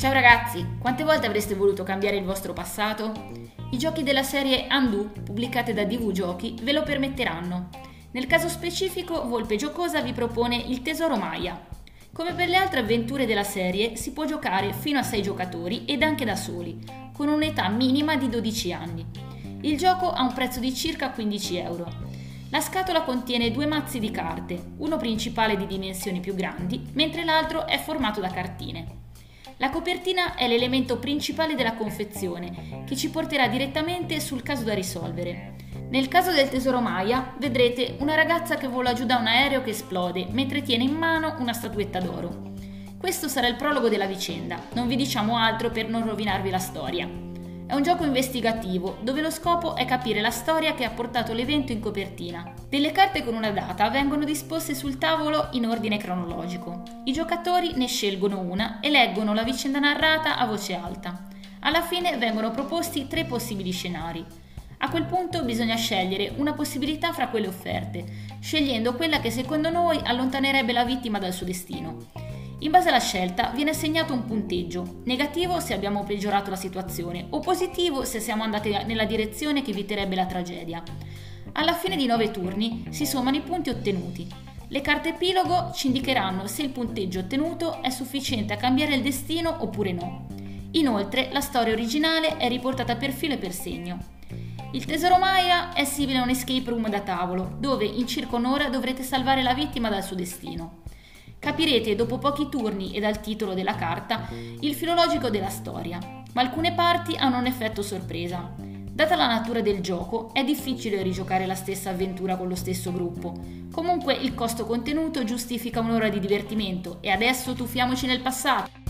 Ciao ragazzi, quante volte avreste voluto cambiare il vostro passato? I giochi della serie Undo, pubblicate da DV Giochi, ve lo permetteranno. Nel caso specifico, Volpe Giocosa vi propone il Tesoro Maya. Come per le altre avventure della serie, si può giocare fino a 6 giocatori ed anche da soli, con un'età minima di 12 anni. Il gioco ha un prezzo di circa 15 euro. La scatola contiene 2 mazzi di carte, uno principale di dimensioni più grandi, mentre l'altro è formato da cartine. La copertina è l'elemento principale della confezione, che ci porterà direttamente sul caso da risolvere. Nel caso del Tesoro Maya, vedrete una ragazza che vola giù da un aereo che esplode mentre tiene in mano una statuetta d'oro. Questo sarà il prologo della vicenda, non vi diciamo altro per non rovinarvi la storia. È un gioco investigativo, dove lo scopo è capire la storia che ha portato l'evento in copertina. Delle carte con una data vengono disposte sul tavolo in ordine cronologico. I giocatori ne scelgono una e leggono la vicenda narrata a voce alta. Alla fine vengono proposti 3 possibili scenari. A quel punto bisogna scegliere una possibilità fra quelle offerte, scegliendo quella che secondo noi allontanerebbe la vittima dal suo destino. In base alla scelta viene assegnato un punteggio, negativo se abbiamo peggiorato la situazione o positivo se siamo andati nella direzione che eviterebbe la tragedia. Alla fine di 9 turni si sommano i punti ottenuti. Le carte epilogo ci indicheranno se il punteggio ottenuto è sufficiente a cambiare il destino oppure no. Inoltre la storia originale è riportata per filo e per segno. Il Tesoro Maya è simile a un escape room da tavolo, dove in circa un'ora dovrete salvare la vittima dal suo destino. Capirete dopo pochi turni e dal titolo della carta il filologico della storia, ma alcune parti hanno un effetto sorpresa. Data la natura del gioco, è difficile rigiocare la stessa avventura con lo stesso gruppo. Comunque il costo contenuto giustifica un'ora di divertimento e adesso tuffiamoci nel passato.